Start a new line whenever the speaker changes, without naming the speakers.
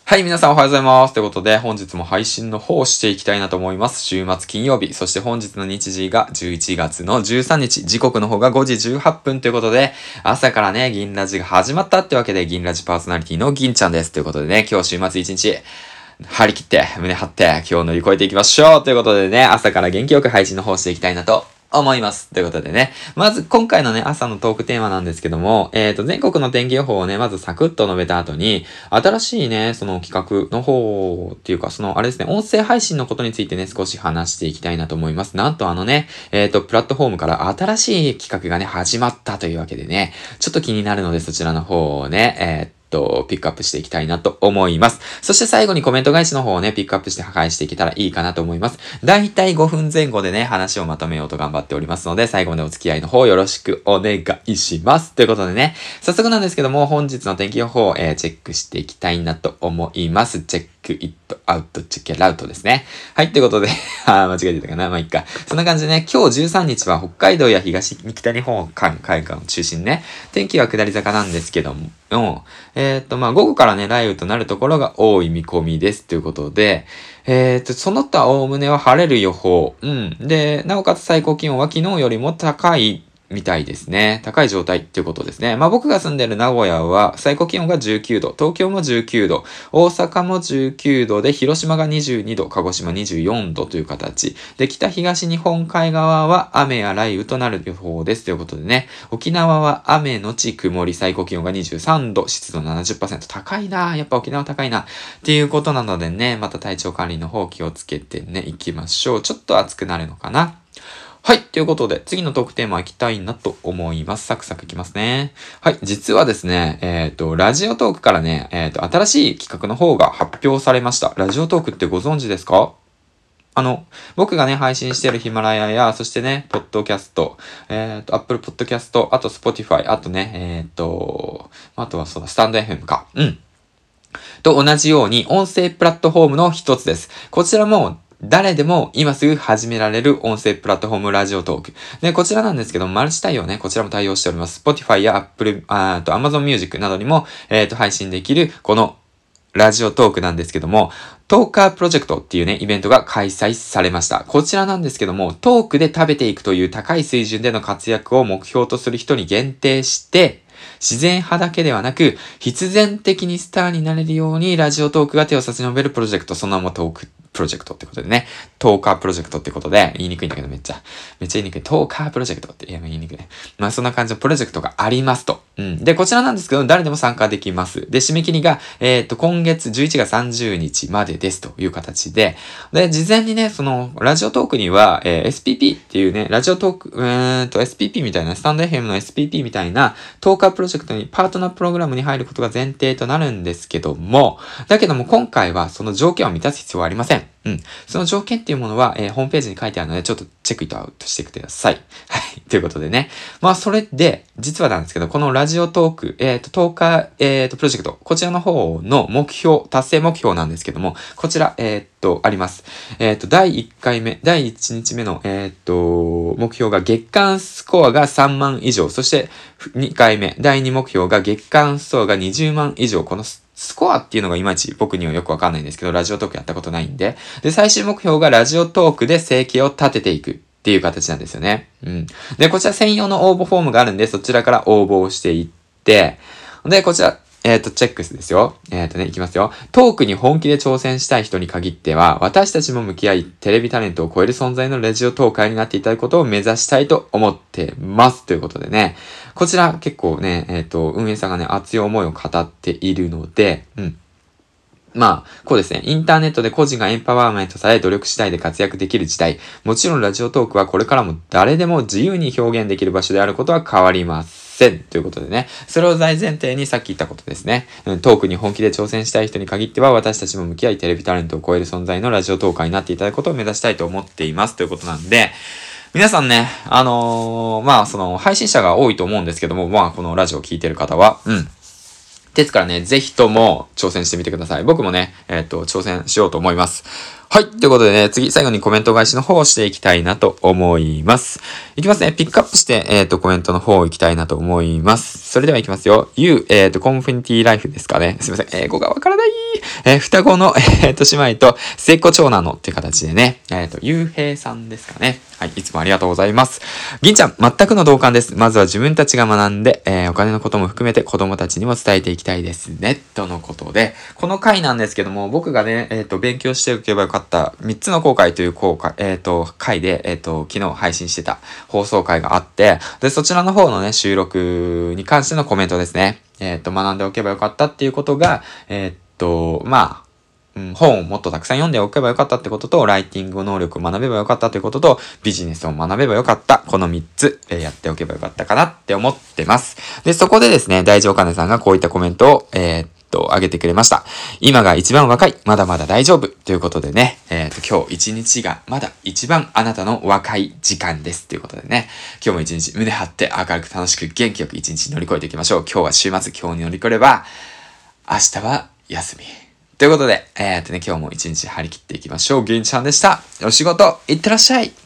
はい、皆さんおはようございます。ということで、本日も配信の方をしていきたいなと思います。週末金曜日、そして本日の日時が11月の13日、時刻の方が5時18分ということで、朝からね、銀ラジが始まったってわけで、銀ラジパーソナリティの銀ちゃんです。ということでね、今日週末一日、張り切って、胸張って、今日乗り越えていきましょうということでね、朝から元気よく配信の方していきたいなと思います。ということでね。まず、今回のね、朝のトークテーマなんですけども、全国の天気予報をね、まずサクッと述べた後に、新しいね、その企画の方っていうか、あれですね、音声配信のことについてね、少し話していきたいなと思います。なんとプラットフォームから新しい企画がね、始まったというわけでね、ちょっと気になるので、そちらの方をね、ピックアップしていきたいなと思います。そして最後にコメント返しの方をね、ピックアップして破壊していけたらいいかなと思います。だいたい5分前後でね、話をまとめようと頑張っておりますので、最後までお付き合いの方よろしくお願いします。ということでね、早速なんですけども、本日の天気予報を、チェックしていきたいなと思います。チェックイットアウトチェックアウトですね。はい、ということで、間違えてたかなまあいいか。そんな感じでね、今日13日は北海道や北日本海岸を中心にね、天気は下り坂なんですけども、午後からね、雷雨となるところが多い見込みです。ということで、その他おおむねは晴れる予報。で、なおかつ最高気温は昨日よりも高いみたいですね。高い状態っていうことですね。僕が住んでる名古屋は最高気温が19度、東京も19度、大阪も19度で、広島が22度、鹿児島24度という形。で、北東日本海側は雨や雷雨となる予報です。ということでね、沖縄は雨のち曇り、最高気温が23度、湿度 70%。高いなぁ。やっぱ沖縄高いな。っていうことなのでね、また体調管理の方気をつけてね、行きましょう。ちょっと暑くなるのかな。はい。ということで、次のトークテーマ行きたいなと思います。サクサクいきますね。はい。実はですね、ラジオトークからね、新しい企画の方が発表されました。ラジオトークってご存知ですか？僕がね、配信してるヒマラヤや、そしてね、ポッドキャスト、Apple Podcast、あと Spotify、あとね、あとはスタンド FM か。と同じように、音声プラットフォームの一つです。こちらも、誰でも今すぐ始められる音声プラットフォームラジオトーク。で、こちらなんですけど、マルチ対応ね、こちらも対応しております。Spotify や Amazon Music などにも、配信できる、このラジオトークなんですけども、トーカープロジェクトっていうね、イベントが開催されました。こちらなんですけども、トークで食べていくという高い水準での活躍を目標とする人に限定して、自然派だけではなく、必然的にスターになれるようにラジオトークが手を差し伸べるプロジェクト、その名もトークプロジェクトってことでね、トーカープロジェクトってことで、言いにくいんだけどめっちゃ言いにくい。トーカープロジェクトって、言いにくいね。そんな感じのプロジェクトがありますと。で、こちらなんですけど、誰でも参加できます。で、締め切りが、今月11月30日までですという形で、で、事前にね、ラジオトークには、SPP っていうね、ラジオトーク、SPP みたいな、スタンド FM の SPP みたいな、トーカープロジェクトにパートナープログラムに入ることが前提となるんですけども、だけども今回はその条件を満たす必要はありません。その条件っていうものは、ホームページに書いてあるので、ちょっとチェックイットアウトしてください。はい。ということでね。それで、実はなんですけど、このラジオトーク、トーカー、プロジェクト、こちらの方の目標、達成目標なんですけども、こちら、あります。第1回目、第1日目の、目標が月間スコアが3万以上、そして2回目、第2目標が月間スコアが20万以上、このスコアっていうのがいまいち僕にはよくわかんないんですけど、ラジオトークやったことないんで。で、最終目標がラジオトークで生計を立てていくっていう形なんですよね。で、こちら専用の応募フォームがあるんで、そちらから応募をしていって、で、こちら、チェックスですよ。いきますよ。トークに本気で挑戦したい人に限っては、私たちも向き合い、テレビタレントを超える存在のラジオトーカーになっていただくことを目指したいと思ってます。ということでね。こちら結構ね、運営さんがね、熱い思いを語っているので、こうですね。インターネットで個人がエンパワーメントされ、努力次第で活躍できる時代。もちろんラジオトークはこれからも誰でも自由に表現できる場所であることは変わりません。ということでね。それを大前提にさっき言ったことですね。トークに本気で挑戦したい人に限っては、私たちも向き合いテレビタレントを超える存在のラジオトーカーになっていただくことを目指したいと思っています。ということなんで、皆さんね、配信者が多いと思うんですけども、このラジオを聞いてる方は、ですからね、ぜひとも挑戦してみてください。僕もね、挑戦しようと思います。 はい。ということでね、次、最後にコメント返しの方をしていきたいなと思います。いきますね。ピックアップして、コメントの方をいきたいなと思います。それではいきますよ。コンフィニティライフですかね。すいません。英語がわからない。双子の、姉妹と末っ子長男のっていう形でね、ゆうへいさんですかね。はい。いつもありがとうございます。銀ちゃん、全くの同感です。まずは自分たちが学んで、お金のことも含めて子供たちにも伝えていきたいですね。とのことで、この回なんですけども、僕がね、勉強しておけばよかった3つの後悔という回で、昨日配信してた放送回があって、で、そちらの方のね、収録に関してのコメントですね。学んでおけばよかったっていうことが、本をもっとたくさん読んでおけばよかったってことと、ライティング能力を学べばよかったってことと、ビジネスを学べばよかった。この3つ、やっておけばよかったかなって思ってます。で、そこでですね、大丈夫かねさんがこういったコメントを、あげてくれました。今が一番若い。まだまだ大丈夫。ということでね、今日一日がまだ一番あなたの若い時間です。ということでね、今日も一日胸張って明るく楽しく元気よく一日乗り越えていきましょう。今日は週末、今日に乗り越えれば、明日は休み。ということで、今日も一日張り切っていきましょう。銀ちゃんでした。お仕事、いってらっしゃい。